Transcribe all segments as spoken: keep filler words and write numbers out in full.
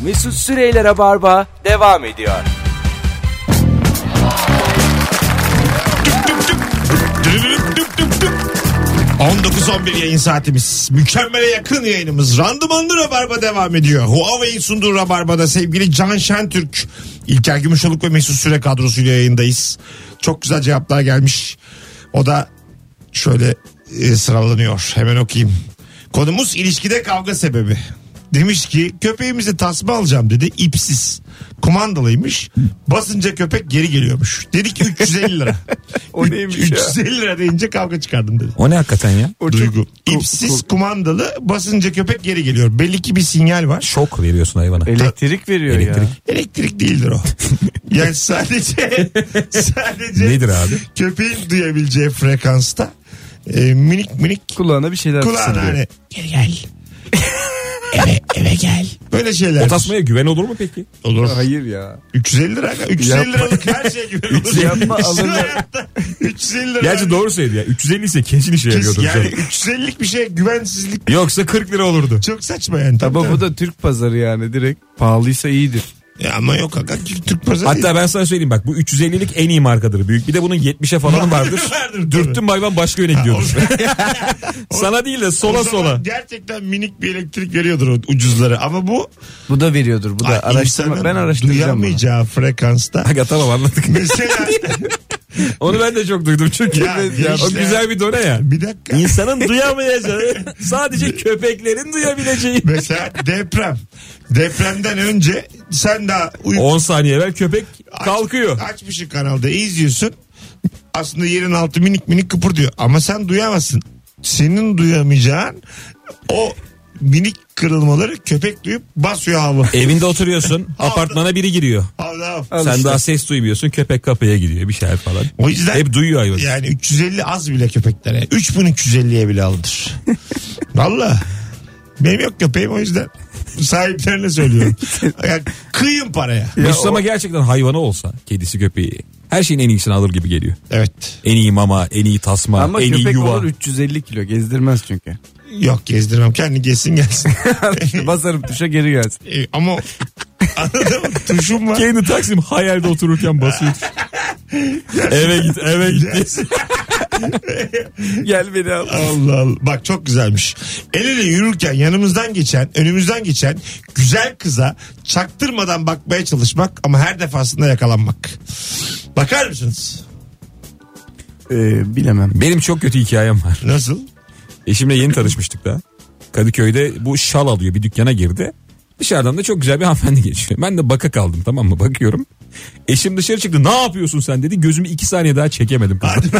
Mesut Süreyler'e barba devam ediyor. on dokuz on bir yayın saatimiz. Mükemmele yakın yayınımız. Randımanlı Rabarba devam ediyor. Huawei'in sunduğu Rabarba'da sevgili Can Şentürk, İlker Gümüşoluk ve Mesut Süre kadrosuyla yayındayız. Çok güzel cevaplar gelmiş. O da şöyle e, sıralanıyor. Hemen okuyayım. Konumuz ilişkide kavga sebebi. Demiş ki köpeğimize tasma alacağım dedi. İpsiz. Kumandalıymış. Basınca köpek geri geliyormuş. Dedik ki üç yüz elli lira. O neymiş ya? üç yüz elli lira deyince kavga çıkardım dedi. O ne hakikaten ya? O Duygu. çok- İpsiz ko- ko- kumandalı, basınca köpek geri geliyor. Belli ki bir sinyal var. Şok veriyorsun hayvana. Elektrik veriyor Elektrik. ya. Elektrik değildir o. Yani sadece sadece Nedir abi? köpeğin duyabileceği frekansta e, minik minik Kulağına bir şeyler kulağına fısıldıyor. hani gel gel. eve, eve gel. Böyle şeyler. O tasmaya güven olur mu peki? Olur. Hayır ya. üç yüz elli lira. üç yüz elli Yapma. liralık her şeye güven olur. Yapma, Şu alınır. hayatta üç yüz elli lira. Gerçi doğru söyledi ya. üç yüz elli ise kesin işe yarıyordur. Yani üç yüz ellilik bir şey güvensizlik Yoksa kırk lira olurdu. çok saçma yani. Tabii, Ama tabii. bu da Türk pazarı yani, direkt pahalıysa iyidir. Ya ama yok hakikaten Türk pazarı Hatta değil. ben sana söyleyeyim bak, bu üç yüz ellilik en iyi markadır büyük. Bir de bunun yetmişe falan vardır. Vardır tabii. Dürttüm hayvan başka yöne gidiyordur. Sana değil de O sola zaman sola. gerçekten minik bir elektrik veriyordur o ucuzları. Ama bu Bu da veriyordur. Bu da ay, araştırma. insanın Ben araştıracağım bunu. duyamayacağı frekansta. Aga tamam anladık. Mesela Onu ben de çok duydum çünkü. Ya, ya o işte- güzel bir done ya. bir dakika. İnsanın duyamayacağı, sadece köpeklerin duyabileceği. Mesela deprem. Depremden önce sen daha uyu- on saniye evvel köpek aç- kalkıyor. açmışsın kanalda izliyorsun. Aslında yerin altı minik minik kıpırdıyor. Ama sen duyamazsın. Senin duyamayacağın o minik kırılmaları köpek duyup basıyor hava. Evinde oturuyorsun, apartmana biri giriyor. Allah. Al Sen işte. daha ses duymuyorsun, köpek kapıya gidiyor bir şeyler falan. O yüzden Hep duyuyor hayvan. yani üç yüz elli az bile köpeklere. üç bin üç yüz elliye bile alınır. Valla. Benim yok köpeğim, o yüzden sahiplerine söylüyorum. Yani kıyın paraya. Mesut ama gerçekten hayvanı olsa, kedisi köpeği, her şeyin en iyisini alır gibi geliyor. Evet. En iyi mama, en iyi tasma, Ama en iyi köpek yuva. olur üç yüz elli kilo, gezdirmez çünkü. Yok gezdirmem. Kendi gezsin gelsin. Basarım tuşa, geri gelsin. E, ama anladın mı? Tuşum var. Kendi Taksim hayalde otururken basıyor. eve git, eve git. Gel beni al. Allah Allah. Bak çok güzelmiş. El ele yürürken yanımızdan geçen, önümüzden geçen güzel kıza çaktırmadan bakmaya çalışmak ama her defasında yakalanmak. Bakar mısınız? Ee, bilemem. Benim çok kötü hikayem var. Nasıl? Eşimle yeni tanışmıştık da. Kadıköy'de bu şal alıyor, bir dükkana girdi. Dışarıdan da çok güzel bir hanımefendi geçiyor. Ben de baka kaldım, tamam mı, bakıyorum. Eşim dışarı çıktı, ne yapıyorsun sen dedi. Gözümü iki saniye daha çekemedim.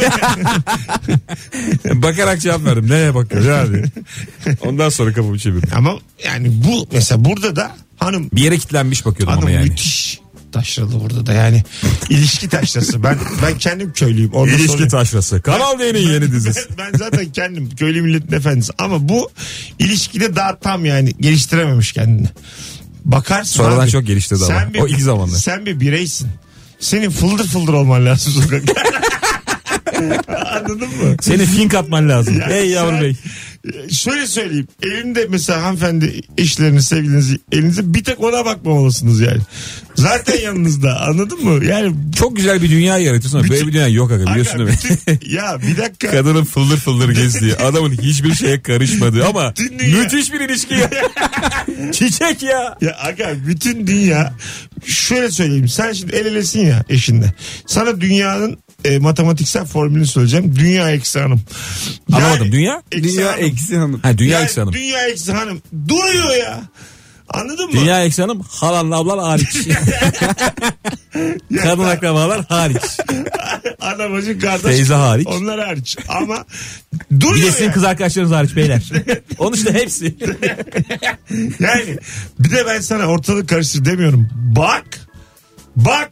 Bakarak cevap verdim. Neye bakıyor yani? Ondan sonra kafamı çevirdim. Ama yani bu mesela burada da hanım Bir yere kilitlenmiş bakıyordum hanım ama yani. müthiş taşralı burada da yani. İlişki taşrası. Ben ben kendim köylüyüm. Ondan İlişki sonra- taşrası. Kanal D'nin yeni dizisi. Ben, ben zaten kendim köylü milletin efendisi. Ama bu ilişkide daha tam yani geliştirememiş kendini. Bakarsın Sonradan abi. çok geliştirdi ama. Sen bir- O ilk zamanlar. Sen bir bireysin. Senin fıldır fıldır olman lazım sokakta. Anladın mı? Senin fink atman lazım. Yani Ey yavru sen- bey. Şöyle söyleyeyim. Evinde mesela hanımefendi eşleriniz, sevgiliniz elinize bir tek ona bakmamalısınız yani. Zaten yanınızda, anladın mı? Yani Çok güzel bir dünya yaratıyorsun ama Bütün- böyle bir dünya yok aga, biliyorsun Aga, değil mi? bütün- ya bir dakika. Kadının fıldır fıldır gezdiği, adamın hiçbir şeye karışmadığı ama Bütün dünya- müthiş bir ilişki ya. Çiçek ya. Ya aga bütün dünya, şöyle söyleyeyim, sen şimdi el elesin ya eşinle. Sana dünyanın e, matematiksel formülünü söyleyeceğim. Dünya eksi hanım. Yani Anlamadım, dünya? eksi Dünya hanım. eksi hanım. Ha, dünya Yani eksi hanım. Dünya eksi hanım duruyor ya. Anladın mı? Dünya eksi hanım, halanla ablan hariç. Ya, Kadın akrabalar hariç. ana bacı kardeş. Teyze hariç. Onlar hariç. Ama Bir duruyor de sizin ya. kız arkadaşlarınız hariç beyler. Onun işte hepsi. Yani bir de ben sana ortalık karıştır demiyorum. Bak. Bak.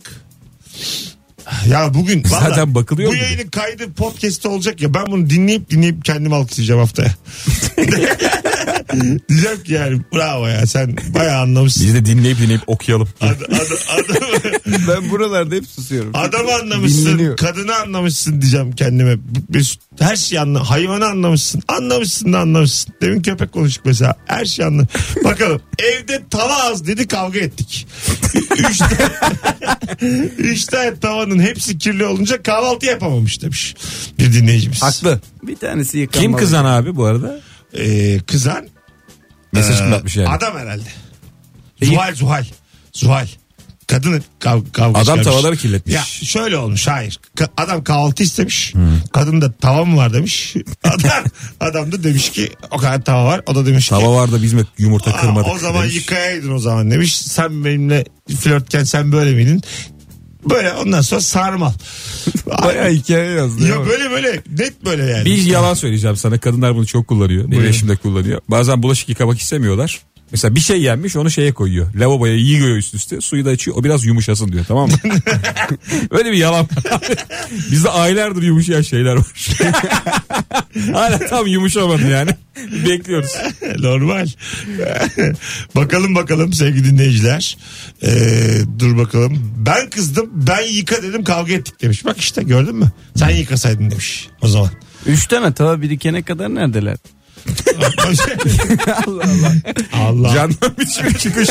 Ya bugün Zaten vallahi bakılıyor bu mu? yayının kaydı podcast'te olacak ya, ben bunu dinleyip dinleyip kendimi alkışlayacağım haftaya. Diyeceğim ki yani bravo ya sen bayağı anlamışsın. Biz de dinleyip dinleyip okuyalım. Ad, ad, adamı, Ben buralarda hep susuyorum. adamı anlamışsın. Dinleniyor. Kadını anlamışsın diyeceğim kendime. Biz her şeyi anla. Hayvanı anlamışsın. Anlamışsın da anlamışsın. Demin köpek konuştuk mesela. Her şeyi anla. Bakalım evde tava az dedi kavga ettik. Üç tane, üç tane tavanın hepsi kirli olunca kahvaltı yapamamış demiş bir dinleyicimiz. Haklı. Bir tanesi yıkanmalı. Kim kızan abi bu arada? Ee, kızan Mesaj Ee, kim atmış yani? adam herhalde. Zuhal Zuhal. Zuhal. Kadın kav kavga Adam çıkarmış. tavaları kirletmiş. Ya şöyle olmuş hayır. Ka- adam kahvaltı istemiş. Kadın da tava mı var demiş. Adam, adam da demiş ki o kadar tava var. O da demiş ki Tava var da biz mi yumurta "Aa, kırmadık?" o zaman demiş. yıkayaydın o zaman demiş. Sen benimle flörtken sen böyle miydin? Böyle ondan sonra sarmal. Bayağı hikaye yazdı. Ya böyle böyle net böyle yani. Bir yalan söyleyeceğim sana. Kadınlar bunu çok kullanıyor. Benim Buyurun. eşim de kullanıyor. Bazen bulaşık yıkamak istemiyorlar. Mesela bir şey yenmiş onu şeye koyuyor. Lavaboya yiyor üst üste. Suyu da açıyor. O biraz yumuşasın diyor, tamam mı? Öyle bir yalan var. Bizde aylardır yumuşayan şeyler var. Hala tam yumuşamadı yani. Bekliyoruz. Normal. Bakalım bakalım sevgili dinleyiciler. Ee, dur bakalım. Ben kızdım ben yıka dedim kavga ettik demiş. Bak işte gördün mü? Sen yıkasaydın demiş o zaman. Üç tane tava birikene kadar neredeler? Allah Allah. Allah. Candan bir çıkış.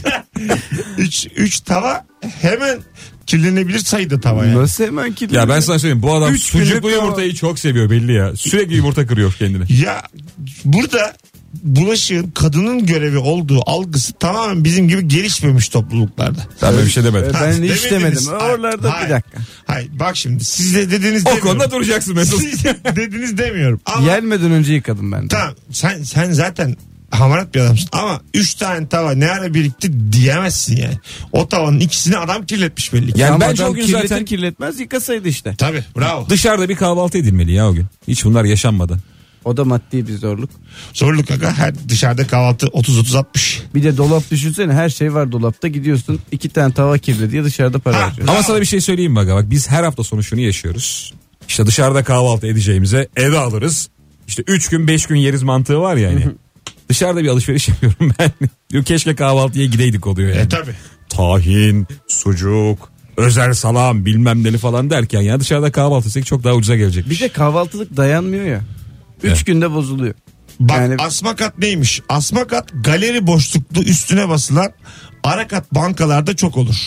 üç, üç tava hemen kirlenebilir sayıda tava yani. Nasıl hemen ki? Ya ben sana söyleyeyim, bu adam Üç sucuklu günlük yumurtayı çok seviyor belli ya. Sürekli yumurta kırıyor kendine. Ya burada bulaşığın kadının görevi olduğu algısı tamamen bizim gibi gelişmemiş topluluklarda. Ben böyle bir şey demedim. Ben Ha, hiç demediniz. demedim. Hayır, Oralarda hayır. bir dakika. Hayır bak şimdi siz de dediniz O demiyorum. konuda duracaksın Mesut. Siz dediniz demiyorum. Ama Gelmeden önce yıkadım ben de. tamam sen, sen zaten hamarat bir adamsın ama üç tane tava ne ara birikti diyemezsin yani. O tavanın ikisini adam kirletmiş belli ki. Yani Ama bence adam o gün kirletir zaten kirletmez yıkasaydı işte. Tabii bravo. dışarıda bir kahvaltı edilmeli ya o gün. Hiç bunlar yaşanmadı. O da maddi bir zorluk. Zorluk aga her dışarıda kahvaltı otuz otuz altmış. Bir de dolap düşünsene, her şey var dolapta, gidiyorsun iki tane tava kirli diye dışarıda para Ha. harcıyorsun. Ama sana bir şey söyleyeyim mi aga? Bak biz her hafta sonu şunu yaşıyoruz. İşte dışarıda kahvaltı edeceğimize eve alırız. İşte üç gün beş gün yeriz mantığı var yani. Dışarıda bir alışveriş yapıyorum ben. Diyor, keşke kahvaltıya gideydik oluyor yani. E tabii. Tahin, sucuk, özel salam bilmem neli falan derken ya dışarıda kahvaltı etsek çok daha ucuza gelecek. Bir de kahvaltılık dayanmıyor ya. Üç Evet. günde bozuluyor. Bak Yani- asma kat neymiş? Asma kat galeri boşluklu üstüne basılan ara kat bankalarda çok olur.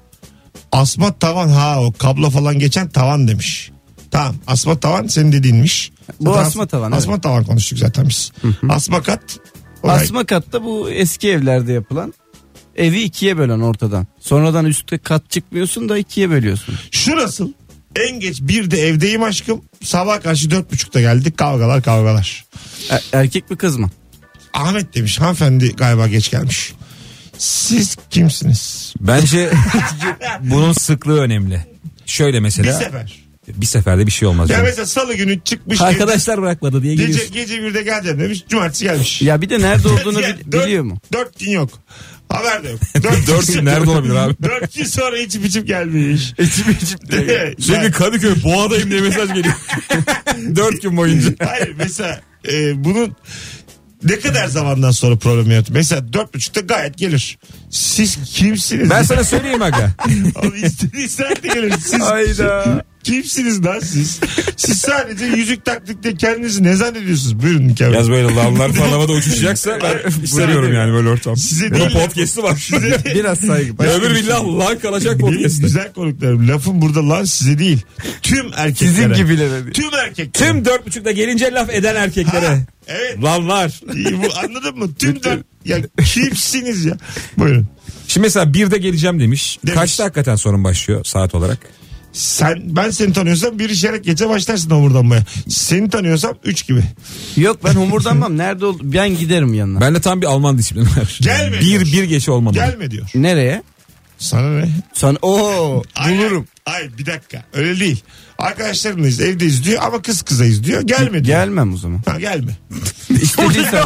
Asma tavan ha o kablo falan geçen tavan demiş. Tamam asma tavan senin dediğinmiş. Bu Zaten asma tavan, Asma evet. tavan konuştuk zaten biz. Asma kat. olay- Asma katta bu eski evlerde yapılan, evi ikiye bölen ortadan. Sonradan üstte kat çıkmıyorsun da ikiye bölüyorsun. Şu nasıl? En geç bir de evdeyim aşkım. Sabah karşı dört buçukta geldik kavgalar kavgalar. Er- erkek mi kız mı? Ahmet demiş hanımefendi galiba geç gelmiş. Siz kimsiniz? Bence bunun sıklığı önemli. Şöyle Bir mesela sefer. bir seferde bir şey olmaz. Ya canım. mesela salı günü çıkmış. Arkadaşlar bırakmadı diye Gece, geliyorsun. gece birde geleceğim demiş. Cumartesi gelmiş. Ya bir de nerede olduğunu Ya bil- dört- biliyor mu? Dört gün yok. Haber de yok. Dört gün nerede olabilir abi? Dört gün sonra içip içip gelmiş. İçim içim Sürekli Kadıköy Boğa'dayım diye mesaj geliyor. Dört gün boyunca. Hayır mesela e, bunun ne kadar zamandan sonra problem yaratıyor? Mesela dört buçukta gayet gelir. Siz kimsiniz? Ben sana söyleyeyim aga. Abi istediği saatte gelir. Siz Hayda. kimsiniz lan siz? Siz sadece yüzük taktık diye kendinizi ne zannediyorsunuz? Buyurun Mikael. Yaz böyle lavlar falan havada uçuşacaksa ben istemiyorum yani böyle ortam. Size Bunun değil. podcast'ı var. Size değil. Biraz saygı. Ya öbür billah lan kalacak Benim podcast'ı. güzel konuklarım. Lafım burada lan size değil. Tüm erkeklere. Sizin gibilere. Tüm erkeklere. Tüm dört buçukta gelince laf eden erkeklere. Ha, evet. Lanlar. İyi, bu anladın mı? Tüm dört. Ya kimsiniz ya? Buyurun. Şimdi mesela birde geleceğim demiş. Demiş. Kaçta hakikaten sorun başlıyor saat olarak? Sen ben seni tanıyorsam bir işaret geçe başlarsın homurdanmaya. Seni tanıyorsam üç gibi. Yok ben homurdanmam. Nerede oldu? Ben giderim yanına. Bende tam bir Alman disiplini var. Gelme Bir, diyor. bir geçe olmalı. Gelme diyor. Nereye? Sana ne? Sen o Ay, bulurum. Ay bir dakika öyle değil. Arkadaşlarımlayız evdeyiz diyor ama kız kızayız diyor. Gelme diyor. Gelmem o zaman. Ha, gelme. İstediysen.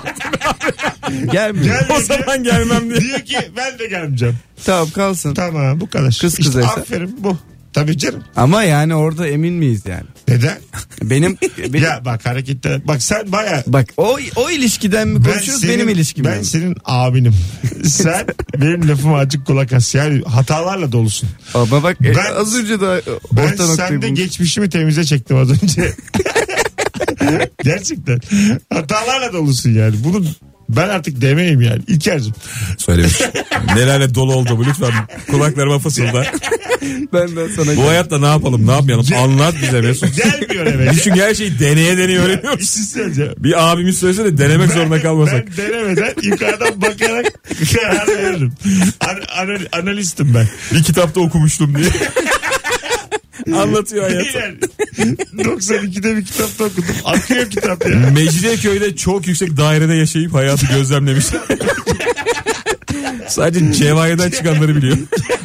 Gelme. Gelme O zaman gelmem diyor. Diyor ki ben de gelmeyeceğim. Tamam kalsın. Tamam bu kadar. Kız İşte kızaysa? aferin bu. Tabii canım. Ama yani orada emin miyiz yani? Neden? Benim, benim Ya bak hareketler. Bak sen baya. bak o o ilişkiden mi konuşuyoruz senin- benim ilişkim Ben mi? senin abinim. Sen benim lafıma açık kulak as. Yani hatalarla dolusun. Ama bak Ben- e, az önce de Ben orta noktayı sende bulmuş. geçmişimi temize çektim az önce. Gerçekten. Hatalarla dolusun yani. Bunu ben artık demeyeyim yani. İlker'cim. Söylemiş. Nelerle dolu oldu bu, lütfen kulaklarıma fısılda. Benden sana Bu hayatta ne yapalım ne yapmayalım anlat bize Mesut. Gelmiyor eve. Biz çünkü her şeyi deneye deneye Bir öğreniyoruz. şey söyleyeceğim. Bir abimiz söylese de denemek zorunda kalmasak. Ben denemeden yukarıdan bakarak karar veririm. An- anal- analistim ben. Bir kitapta okumuştum diye. Anlatıyor hayatı. Beyler, doksan ikide bir kitapta okudum. Akıyor kitap ya. Mecidiyeköy'de çok yüksek dairede yaşayıp hayatı gözlemlemiş. Sadece Cevahir'den çıkanları biliyor.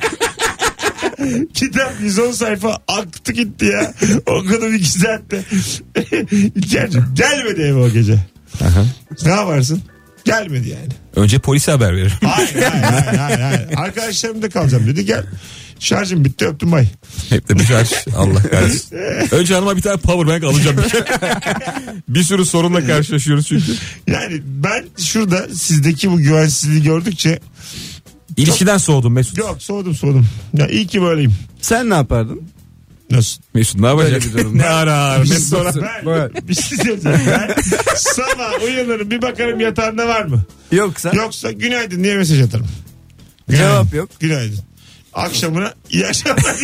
Kitap yüz on sayfa aktı gitti ya. Okudum iki saatte. İlker'cim gelmedi eve o gece. Aha. Ne yaparsın? Gelmedi yani. Önce polise haber veririm. Hayır hayır hayır. hayır, hayır. Arkadaşlarımda kalacağım dedi. Gel. Şarjım bitti öptüm bay. Hep de bir şarj. Allah kahretsin. Önce hanıma bir tane powerbank alacağım. Bir sürü sorunla karşılaşıyoruz çünkü. Yani ben şurada sizdeki bu güvensizliği gördükçe İlişkiden soğudum Mesut. yok soğudum soğudum. Ya iyi ki böyleyim. Sen ne yapardın? Nasıl? Mesut ne yapacak? Böyle bir durum. Ne arar? Bir Mesut sonra sonra. ben Böyle. bir şey söyleyeceğim. Ben sabah uyanırım bir bakarım yatağında var mı? Yoksa Yoksa günaydın diye mesaj atarım. cevap yok. Günaydın. Akşamına iyi akşamlar.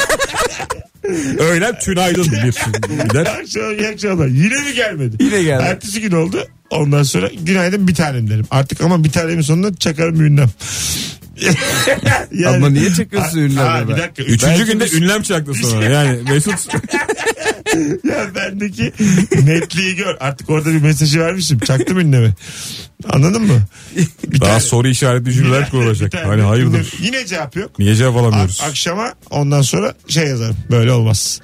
Öğlen tünaydın bir gider. Akşam iyi akşamlar. Yine mi gelmedi? Yine geldi. Ertesi gün oldu. Ondan sonra günaydın bir tanem derim. Artık ama bir tanemin sonunda çakarım bir ünlem. Yani- Ama niye çakıyorsun Ha, ünlemi ha, be? bir dakika. Üçüncü Ben günde şimdi- ünlem çaktı sonra. Yani Mesut Ya bendeki netliği gör. Artık orada bir mesajı vermişim. Çaktım ünlemi. Anladın mı? Bir daha tane- soru işaretli cümleler bir kurulacak. tane- Hani hayırdır? Yine cevap yok. Niye cevap alamıyoruz? A- akşama ondan sonra şey yazarım. Böyle olmaz.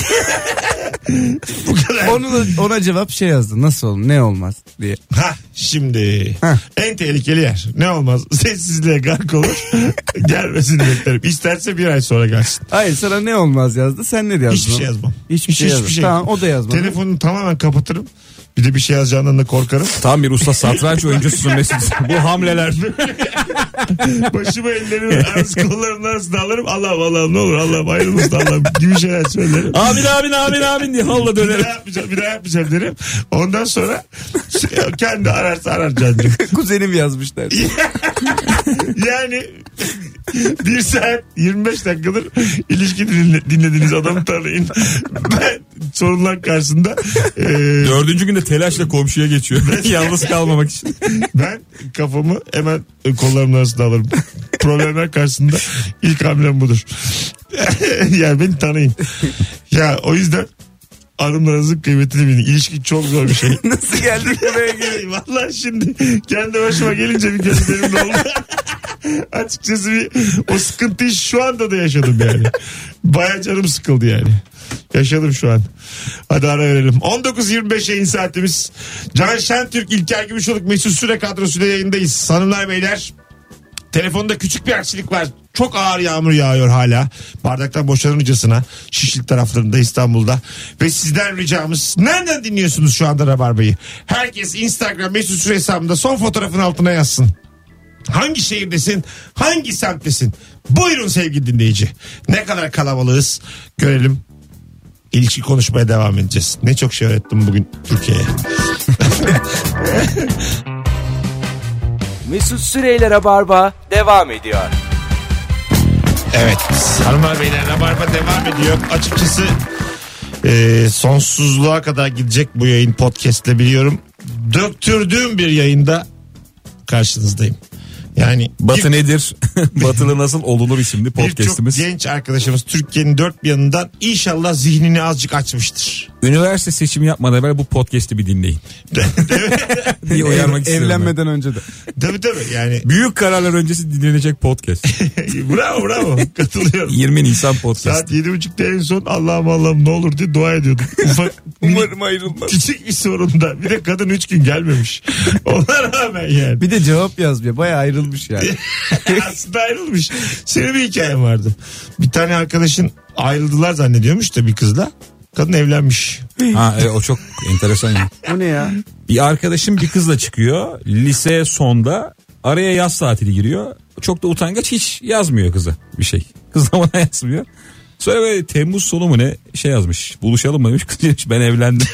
Bu kadar. Onu da, ona cevap şey yazdı. Nasıl olur ne olmaz diye. Ha şimdi Heh. en tehlikeli yer. Ne olmaz? Sessizliğe gark olur. Gelmesini beklerim. İsterse bir ay sonra gelsin. Hayır sana ne olmaz yazdı. Sen ne yazdın? Hiçbir şey yazmam. Hiçbir şey Hiçbir yazmadı. şey. Tamam o da yazmadı. Telefonunu tamamen kapatırım. Bir de bir şey yazacağından da korkarım. Tam bir usta satranç oyuncususun Mesut. Bu hamleler. Başımı ellerimi arası kollarımın arasında alırım. Allah'ım Allah'ım ne olur Allah'ım ayrılmasın Allah'ım gibi şeyler söylerim. Amin amin amin amin diye halla Bir dönerim. daha yapmayacağım bir daha yapmayacağım derim. Ondan sonra kendi ararsa arar cancım. Kuzenim yazmışlar. Yani bir saat yirmi beş dakikadır ilişki dinle- dinlediğiniz adamı tanıyın. Ben sorunlar karşısında e, Dördüncü günde telaşla komşuya geçiyor. Yalnız kalmamak için. ben kafamı hemen kollarımın arasında alırım. Problemler karşısında ilk hamlem budur. Yani beni tanıyın. Ya o yüzden adımlarınızın kıymetini bilin. İlişki çok zor bir şey. Nasıl geldik buraya gel? Vallahi şimdi kendi başıma gelince bir gözlerim doldu. Açıkçası bir o sıkıntıyı şu anda da yaşadım yani. Baya canım sıkıldı yani. Yaşadım şu an. Hadi ara verelim. on dokuz yirmi beş yayın saatimiz. Can Şentürk, İlker Gümüşoluk, Mesut Süre kadrosuyla yayındayız. Hanımlar beyler. Telefonda küçük bir aksilik var. Çok ağır yağmur yağıyor hala. Bardaktan boşanırcasına Şişli taraflarında İstanbul'da. Ve sizden ricamız nereden dinliyorsunuz şu anda Rabarba'yı? Herkes Instagram Mesut Süre hesabında son fotoğrafın altına yazsın. Hangi şehirdesin? Hangi semttesin? Buyurun sevgili dinleyici. Ne kadar kalabalığız görelim. İlişki konuşmaya devam edeceğiz. Ne çok şey öğrettim bugün Türkiye'ye. Mesut Süreyler'e barba devam ediyor. Evet. Hanımlar beyler Rabarba devam ediyor. Açıkçası e, sonsuzluğa kadar gidecek bu yayın podcast'le biliyorum. Döktürdüğüm bir yayında karşınızdayım. Yani Batı nedir? Batılı nasıl olunur isimli birçok podcast'imiz. genç arkadaşımız Türkiye'nin dört bir yanından inşallah zihnini azıcık açmıştır. Üniversite seçimi yapmadan evvel bu podcast'i bir dinleyin. diye uyarmak istiyorum. Evlenmeden önce de. Tabii tabii yani. Büyük kararlar öncesi dinlenecek podcast. Bravo bravo katılıyorum. yirmi Nisan podcast. Saat yedi buçukta en son Allah'ım Allah'ım ne olur diye dua ediyordum. Ufak Umarım ayrılmaz. küçük bir sorunda. Bir de kadın üç gün gelmemiş. Ona rağmen yani. Bir de cevap yazmıyor. Bayağı ayrılmış yani. Aslında ayrılmış. Senin bir hikayen vardı. Bir tane arkadaşın ayrıldılar zannediyormuş da bir kızla. Kadın evlenmiş. Ha e, o çok enteresan ya. O ne ya? Bir arkadaşım bir kızla çıkıyor. Lise sonda araya yaz tatili giriyor. Çok da utangaç, hiç yazmıyor kıza bir şey. Kız da bana yazmıyor. Sonra böyle Temmuz sonu mu ne şey yazmış. Buluşalım mı demiş. Kız demiş ben evlendim.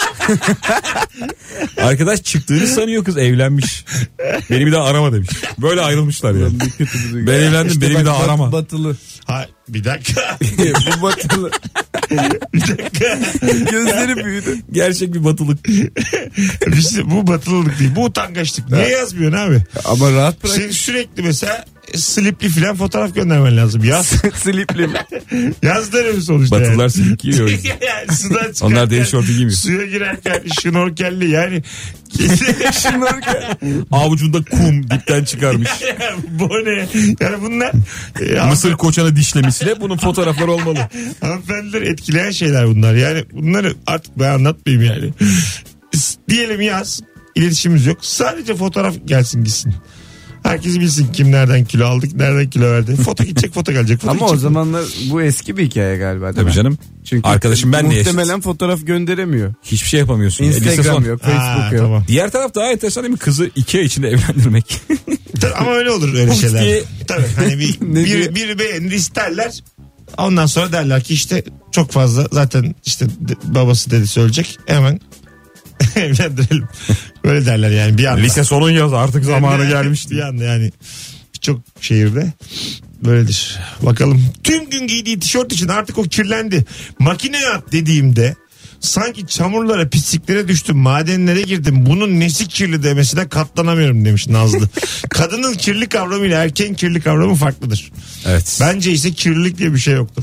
Arkadaş çıktığını sanıyor, kız evlenmiş. Beni bir daha arama demiş. Böyle ayrılmışlar yani. Ben evlendim, İşte beni bak, bir daha bat- arama. Batılı. Ha, bir dakika. Bu batılı. bir dakika. Gözleri büyüdü. Gerçek bir batılık. İşte bu batılılık değil. Bu utangaçlık. Niye yazmıyorsun abi? Ama rahat bırak. Senin sürekli mesela slipli filan fotoğraf göndermen lazım. Yaz. Slipli mi? Yaz derim sonuçta. Batılılar yani. silip giyiyor. o yüzden. Yani sudan çıkarken, Onlar deniz şortu giymiyor. Suya girerken şnorkelli yani. Şnorkel. Avucunda kum dipten çıkarmış. Bu ne? Yani bunlar e, Mısır koçanı dişlemişle bunun fotoğrafları olmalı. hanımefendiler etkileyen şeyler bunlar. Yani bunları artık ben anlatmayayım yani. Diyelim yaz. İletişimimiz yok. Sadece fotoğraf gelsin gitsin. Herkes bilsin kim nereden kilo aldık, nereden kilo verdi. Foto gidecek, foto gelecek. Foto Ama o gidecek. zamanlar bu eski bir hikaye galiba değil Tabii mi? canım. Çünkü Arkadaşım benle eşit. muhtemelen fotoğraf gönderemiyor. Hiçbir şey yapamıyorsun. ya. Lise Instagram son. yok, Ha, Facebook yok. tamam. Diğer taraf daha enteresan değil mi? Kızı iki ay içinde evlendirmek. Tabii, ama öyle olur öyle Puf şeyler. diye- Tabii hani bir, Ne bir, diyor? biri beğenir isterler. Ondan sonra derler ki işte çok fazla zaten işte de- babası dedesi ölecek. Hemen evlendirelim. Böyle derler yani bir anda. Lise sonun yaz artık zamanı gelmişti. Bir anda yani birçok şehirde böyledir. Bakalım. Tüm gün giydiği tişört için artık o kirlendi. Makineye at dediğimde sanki çamurlara, pisliklere düştüm, madenlere girdim. Bunun nesi kirli demesine katlanamıyorum demiş Nazlı. Kadının kirli kavramı ile erkeğin kirli kavramı farklıdır. Evet. Bence ise kirlilik diye bir şey yoktur.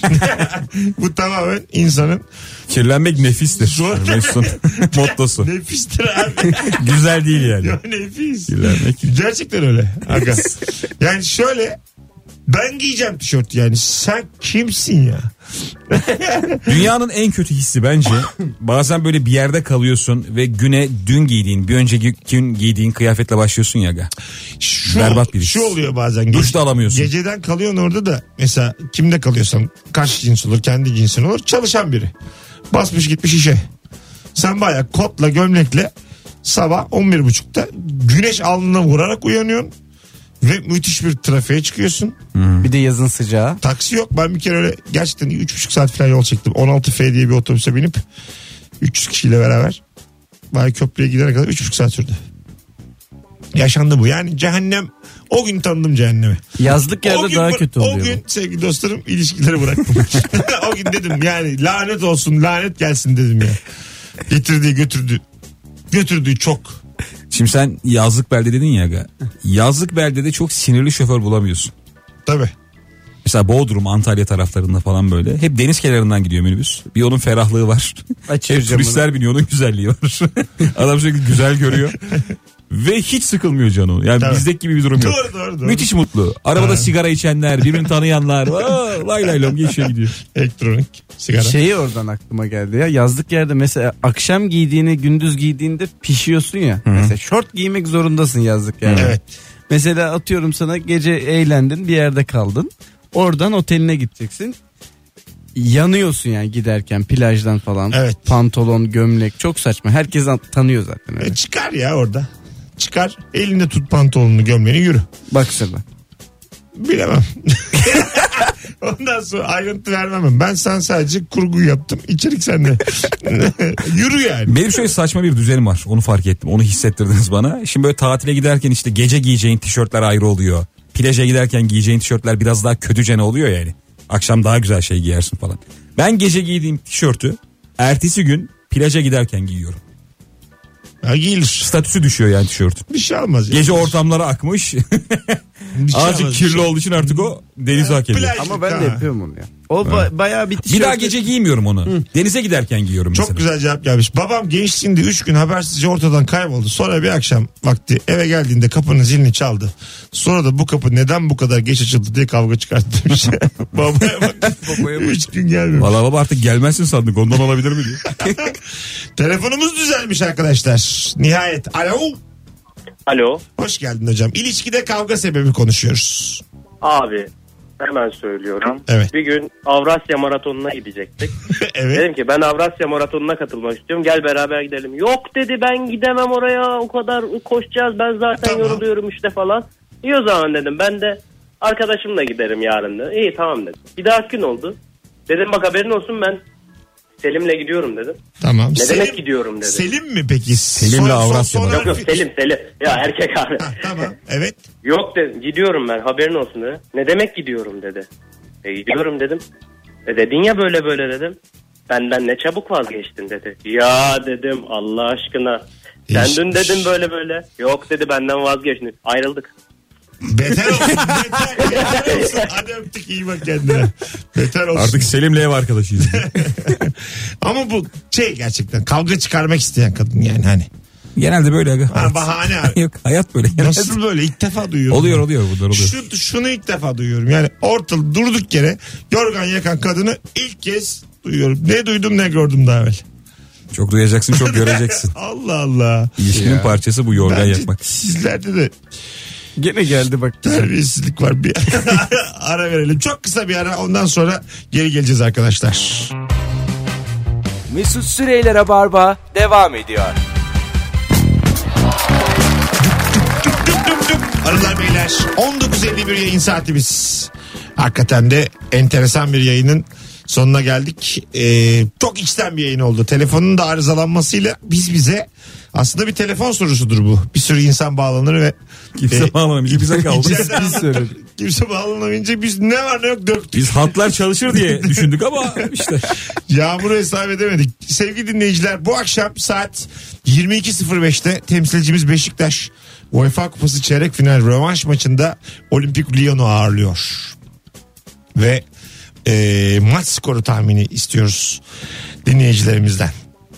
Bu tamamen insanın Kirlenmek nefistir. Zor. Mesut'un mottosu. nefistir abi. Güzel değil yani. Ya nefis. Kirlenmek. Gerçekten öyle. Aga. Yani şöyle ben giyeceğim tişört yani. Sen kimsin ya? Dünyanın en kötü hissi bence bazen böyle bir yerde kalıyorsun ve güne dün giydiğin, bir önceki gün giydiğin kıyafetle başlıyorsun ya. Aga. Şu, Berbat bir his. şu oluyor bazen. Duş da alamıyorsun. Geceden kalıyorsun orada da mesela kimde kalıyorsan kaç cins olur, kendi cinsin olur, çalışan biri. Basmış gitmiş işe. Sen baya kotla gömlekle sabah on bir buçukta güneş alnına vurarak uyanıyorsun. Ve müthiş bir trafiğe çıkıyorsun. Bir de yazın sıcağı. Taksi yok. Ben bir kere öyle gerçekten üç buçuk saat falan yol çektim. on altı F diye bir otobüse binip üç yüz kişiyle beraber Bay Köprü'ye gidene kadar üç buçuk saat sürdü. Yaşandı bu. Yani cehennem, o gün tanıdım cehennemi. Yazlık O yerde gün, daha kötü oluyor. O gün sevgili dostlarım ilişkileri bıraktım. O gün dedim yani lanet olsun, lanet gelsin dedim ya. Getirdiği götürdü. Götürdüğü çok. Şimdi sen yazlık belde dedin ya. Aga. Yazlık beldede çok sinirli şoför bulamıyorsun. Tabii. Mesela Bodrum, Antalya taraflarında falan böyle. Hep deniz kenarından gidiyor minibüs. Bir onun ferahlığı var. Açıyor Hep camını. turistler biniyor, onun güzelliği var. Adam sürekli güzel görüyor. Ve hiç sıkılmıyor canı. Yani Tabii. bizdeki gibi bir durum yok. Doğru doğru doğru. Müthiş mutlu. Arabada Ha. sigara içenler, birbirini tanıyanlar. Aa, lay lay lom geçiyor gidiyor. Elektronik sigara. Şeyi oradan aklıma geldi ya. Yazlık yerde mesela akşam giydiğini gündüz giydiğinde pişiyorsun ya. Hı. Mesela şort giymek zorundasın yazlık yerde. Evet. Mesela atıyorum sana gece eğlendin, bir yerde kaldın. Oradan oteline gideceksin. Yanıyorsun yani giderken plajdan falan. Evet. Pantolon, gömlek çok saçma. Herkes an- tanıyor zaten öyle. E çıkar ya orada. Çıkar. Elinde tut pantolonunu, gömleğini, yürü. Bak sırla. Bilemem. Ondan sonra ayrıntı vermem. Ben sen sadece kurgu yaptım. İçerik sende. Yürü yani. Benim şöyle saçma bir düzenim var. Onu fark ettim. Onu hissettirdiniz bana. Şimdi böyle tatile giderken işte gece giyeceğin tişörtler ayrı oluyor. Plaja giderken giyeceğin tişörtler biraz daha kötücene oluyor yani. Akşam daha güzel şey giyersin falan. Ben gece giydiğim tişörtü ertesi gün plaja giderken giyiyorum. Ha, giyilir. Statüsü düşüyor yani tişörtün. Bir şey olmaz. Ya. Gece ortamlara akmış. Bir şey Azıcık olmaz, kirli bir şey. olduğu için artık o denize hak ediyor. Plaj- Ama ben de Ha. yapıyorum onu ya. O ba- bayağı bir tişört. Bir daha gece giymiyorum onu. Denize giderken giyiyorum Çok mesela. güzel cevap gelmiş. Babam gençliğinde üç gün habersizce ortadan kayboldu. Sonra bir akşam vakti eve geldiğinde kapının zilini çaldı. Sonra da bu kapı neden bu kadar geç açıldı diye kavga çıkarttı demiş. Babaya bak. Üç gün gelmiyor. Valla baba artık gelmezsin sandık, ondan olabilir mi diye. Telefonumuz düzelmiş arkadaşlar. Nihayet. Alo. Alo. Hoş geldin hocam. İlişkide kavga sebebi konuşuyoruz. Abi Hemen söylüyorum. Evet. Bir gün Avrasya Maratonu'na gidecektik. Evet. Dedim ki ben Avrasya Maratonu'na katılmak istiyorum. Gel beraber gidelim. Yok dedi, ben gidemem oraya. O kadar koşacağız. Ben zaten Tamam. yoruluyorum işte falan. İyi o zaman dedim. Ben de arkadaşımla giderim yarın da. İyi tamam dedim. Bir dahaki gün oldu. Dedim bak haberin olsun, ben Selim'le gidiyorum dedim. Tamam. Ne Selim, demek gidiyorum dedi. Selim mi peki? Selim'le Avrasya mı? Yok yok Selim Selim. Ya erkek abi. Ha, tamam. Evet. Yok dedim, gidiyorum ben, haberin olsun dedi. Ne demek gidiyorum dedi. E gidiyorum dedim. E dedin ya böyle böyle dedim. Benden ne çabuk vazgeçtin dedi. Ya dedim Allah aşkına. Sen Değişmiş. dün dedin böyle böyle. Yok dedi, benden vazgeçtin. Ayrıldık. Beter olsun. Beter, beter olsun. Hadi öptük, iyi bak kendine. Beter olsun. Artık Selim'le ev arkadaşıyız. Ama bu şey gerçekten kavga çıkarmak isteyen kadın yani hani. Genelde böyle aga. Ha, bahane abi. Yok, hayat böyle. Nasıl böyle, ilk defa duyuyorum. Oluyor oluyor bunlar oluyor. Şu, şunu ilk defa duyuyorum. Yani ortalık durduk yere yorgan yakan kadını ilk kez duyuyorum. Ne duydum ne gördüm daha evvel. Çok duyacaksın, çok göreceksin. Allah Allah. İlişkinin Ya. parçası bu yorgan Bence yakmak. sizlerde de Gene geldi bak. terbiyesizlik var. Bir ara verelim. Çok kısa bir ara, ondan sonra geri geleceğiz arkadaşlar. Mesut Süreyler'e barba devam ediyor. Düp düp düp. Hanımlar beyler, on dokuz elli bir yayın saatimiz. Hakikaten de enteresan bir yayının sonuna geldik. Ee, çok içten bir yayın oldu. Telefonun da arızalanmasıyla biz bize, aslında bir telefon sorusudur bu. Bir sürü insan bağlanır ve Kimse e, bağlanamayınca bize kaldı. içeriden Biz söyledik. kimse bağlanamayınca biz ne var ne yok döktük. Biz hatlar çalışır diye düşündük ama işte. Yağmuru hesap edemedik. Sevgili dinleyiciler, bu akşam saat yirmi iki sıfır beşte temsilcimiz Beşiktaş UEFA Kupası çeyrek final rövanş maçında Olimpik Lyon'u ağırlıyor. Ve e, maç skoru tahmini istiyoruz dinleyicilerimizden.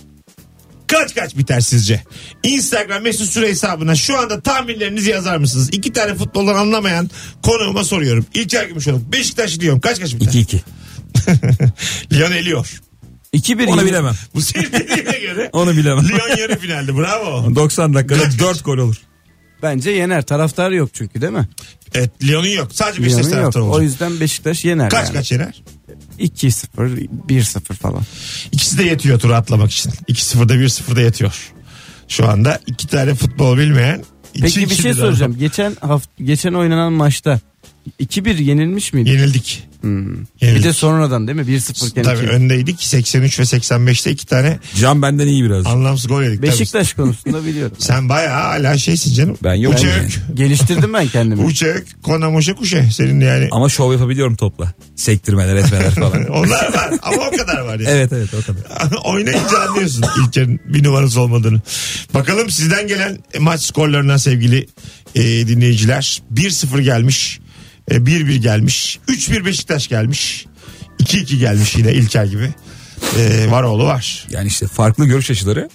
Kaç kaç biter sizce? Instagram Mesut Süre hesabına şu anda tahminlerinizi yazar mısınız? İki tane futboldan anlamayan konuğuma soruyorum. İlker Gümüşoluk, Beşiktaş Lyon kaç kaç biter? iki iki. Lyon eliyor. iki bir Onu bilemem. Bu senin dediğine göre Onu bilemem. Lyon yarı finalde, bravo. doksan dakikada Kaç kaç? dört gol olur. Bence yener. Taraftar yok çünkü değil mi? Evet, Lyon'un yok. Sadece Beşiktaş Lyon'un yok. taraftarı O olacak. yüzden Beşiktaş yener Kaç yani. kaç yener? iki sıfır, bir sıfır falan. İkisi de yetiyor turu atlamak için. iki sıfırda bir sıfırda yetiyor. Şu anda iki tane futbol bilmeyen. iki Peki bir iki şey bir soracağım. adam. Geçen hafta geçen oynanan maçta iki bir yenilmiş miydi? Yenildik. Hmm. Yenildik. Bir de sonradan değil mi? bir sıfır iken Tabii iki. öndeydik. seksen üç ve seksen beşte iki tane Can benden iyi biraz. anlamsız gol yedik. Tabii. Beşiktaş konusunda biliyorum. Sen bayağı hala şeysin canım. Ben yok. Uça Ben- ök. Geliştirdim ben kendimi. Uça ök. Kona moşe kuşe. Senin yani. Ama şov yapabiliyorum topla. Sektirmeler etmeler falan. Onlar var ama o kadar var ya. Evet evet o kadar. Oynayınca anlıyorsun İlker'in bir numarası olmadığını. Bakalım sizden gelen maç skorlarına sevgili e, dinleyiciler. bir sıfır gelmiş. E, bir bir gelmiş. üç bir Beşiktaş gelmiş. iki iki gelmiş yine İlker gibi. E, var oğlu var. Yani işte farklı görüş açıları.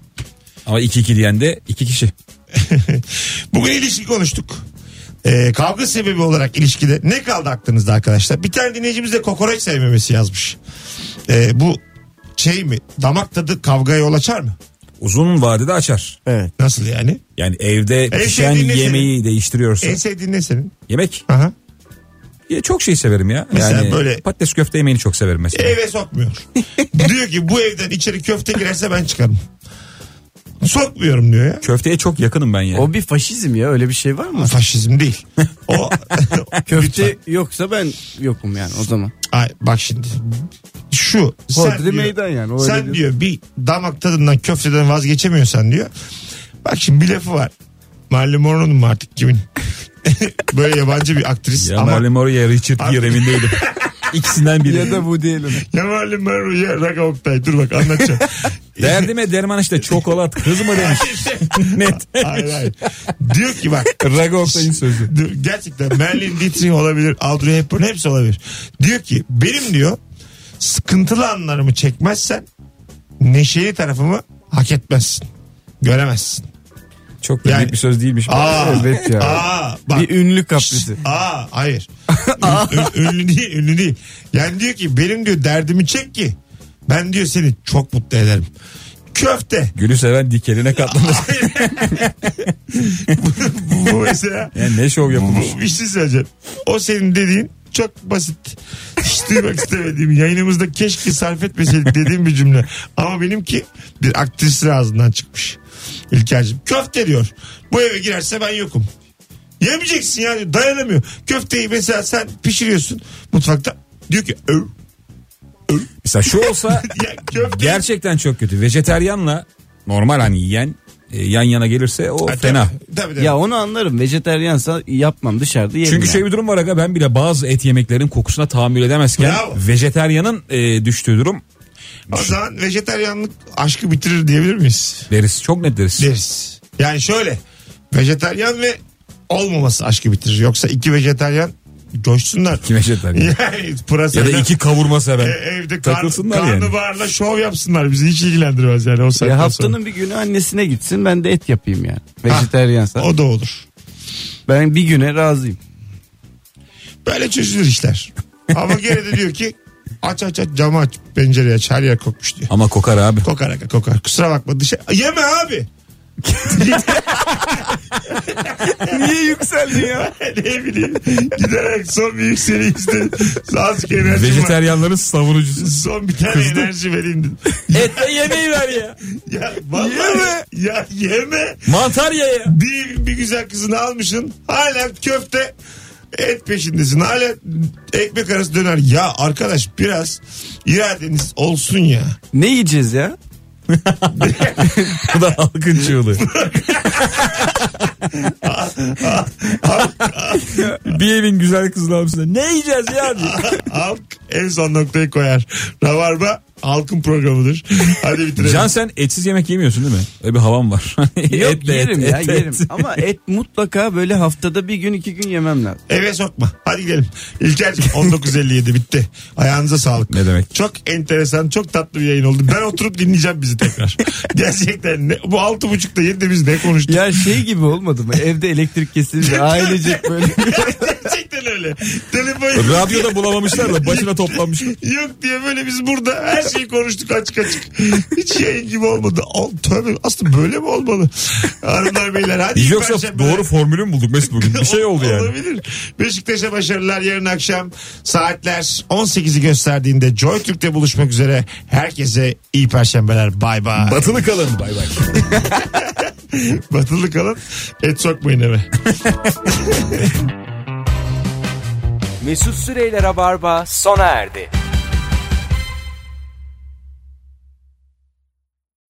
Ama iki iki diyen de iki kişi. Bugün ilişki konuştuk. E, kavga sebebi olarak ilişkide ne kaldı aklınızda arkadaşlar? Bir tane dinleyicimiz de kokoreç sevmemesi yazmış. E, bu şey mi? Damak tadı kavgaya yol açar mı? Uzun vadede açar. Evet. Nasıl yani? Yani evde pişen sevdiğin ne yemeği değiştiriyorsa. En sevdiğin ne senin? Yemek. Aha. Ya çok şey severim ya. Mesela yani böyle- patates köfte yemeğini çok severim mesela. Eve sokmuyor. Diyor ki bu evden içeri köfte girerse ben çıkarım. Sokmuyorum diyor ya. Köfteye çok yakınım ben ya. O bir faşizm ya, öyle bir şey var mı? Faşizm değil. O Köfte Lütfen. yoksa ben yokum yani o zaman. Ay, bak şimdi. Şu sen Hodri diyor, meydan yani, o öyle sen diyor. diyor bir damak tadından köfteden vazgeçemiyorsan diyor. Bak şimdi bir lafı var. Marilyn Monroe'nun mu artık kimin? Böyle yabancı bir aktris Ya ama Marilyn Monroe ya Richard Gere emin değilim. İkisinden biri. Ya da bu diyelim. ya Marilyn Monroe ya Raga Oktay. Dur bak anlatacağım. Derdime derman işte çokolat kız mı demiş. Net. Hayır hayır. Diyor ki bak. Raga Oktay'ın sözü. Diyor, gerçekten Merlin Dietrich olabilir, Audrey Hepburn hepsi olabilir. Diyor ki benim diyor sıkıntılı anlarımı çekmezsen neşeli tarafımı hak etmezsin. Göremezsin. Çok da Yani- büyük bir söz değilmiş. Aa, Evet ya. Aa, bak. Bir ünlü kaprisi. Aa, hayır. Ün- ün- ünlü değil, ünlü değil. Yani diyor ki benim diyor derdimi çek ki ben diyor seni çok mutlu ederim. Köfte. Gülü seven dikeline katlanır. bu, bu mesela Yani ne şov yapılmış. bu, bir şey söyleyeceğim. O senin dediğin çok basit. Hiç duymak istemediğim, yayınımızda keşke sarf etmeseydik dediğim bir cümle. Ama benimki bir aktrisin ağzından çıkmış. İlker'cim köfte diyor. Bu eve girerse ben yokum. Yemeyeceksin yani, dayanamıyor. Köfteyi mesela sen pişiriyorsun mutfakta. Diyor ki öv. Mesela şu olsa Ya köfte- gerçekten çok kötü. Vejeteryanla normal hani yiyen e, yan yana gelirse o Ha, fena. Tabii, tabii, tabii. Ya onu anlarım. Vejeteryansa yapmam, dışarıda yerim. Çünkü yani. şöyle bir durum var aga, ben bile bazı et yemeklerin kokusuna tahammül edemezken Bravo. vejeteryanın e, düştüğü durum O zaman vejetaryenlik aşkı bitirir diyebilir miyiz? deriz. Çok net deriz. Deriz. Yani şöyle, vejetaryen ve olmaması aşkı bitirir. Yoksa iki vejetaryen coşsunlar. Kim vejeteryan? Yani Ya pırasayla da iki kavurma seven. e, evde kar, Takılsınlar yani. karnabaharla şov yapsınlar. Bizi hiç ilgilendirmez yani o saatten Ya haftanın sonra. bir günü annesine gitsin, ben de et yapayım yani. Vejeteryansa. O da olur. Ben bir güne razıyım. Böyle çözülür işler. Ama gene de diyor ki aç aç aç, camı aç, pencereyi aç, her yer kokmuş diyor. Ama kokar abi. Kokar aga, kokar. Kusura bakma, dışarı yeme abi. Niye yükseldin ya? Ne bileyim. Giderek son bir yükseliş istedim. Azıcık enerjim var. Vejeteryanların savunucusu. Son bir tane Kızdım. enerji vereyim dedim. Etle yemeği ver ya. Ya vallahi Yeme. ya yeme. Mantar ye ya. Bir, bir güzel kızını almışsın. Hala köfte et peşindesin. Hala ekmek arası döner. Ya arkadaş biraz iradeniz olsun ya. Ne yiyeceğiz ya? Bu da halkın çığlığı. Bir evin güzel kızını almışsın. Ne yiyeceğiz ya? Halk en son noktayı koyar. Rabarba halkın programıdır. Hadi bitirelim. Can, sen etsiz yemek yemiyorsun değil mi? Öyle bir havam var. Yok, Et de yerim et, ya et, yerim. et. Ama et mutlaka böyle haftada bir gün iki gün yemem lazım. Eve sokma. Hadi gidelim. İlker'cim on dokuz elli yedi bitti. Ayağınıza sağlık. Ne demek? Çok enteresan, çok tatlı bir yayın oldu. Ben oturup dinleyeceğim bizi tekrar. Gerçekten ne, bu altı buçukta yedide biz ne konuştuk? Ya şey gibi olmadı mı? Evde elektrik kesildi. Ailecek böyle. Gerçekten öyle. Telefon Radyoda bulamamışlar da başına toplanmışlar. yok diye böyle biz burada her şeyi konuştuk açık açık. Hiç yayın gibi olmadı. Al, tövbe, aslında böyle mi olmalı? Hanımlar beyler hadi. Biz yoksa Perşembe- doğru formülü mü bulduk Mesut bugün? Bir şey oldu yani. Olabilir. Beşiktaş'a başarılar. Yarın akşam saatler on sekizi gösterdiğinde Joy Türk'te buluşmak üzere. Herkese iyi perşembeler. Bay bay. Batılı kalın. Bay bay. Batılı kalın. Et sokmayın eve. Mesut Süreyler'e barba sona erdi.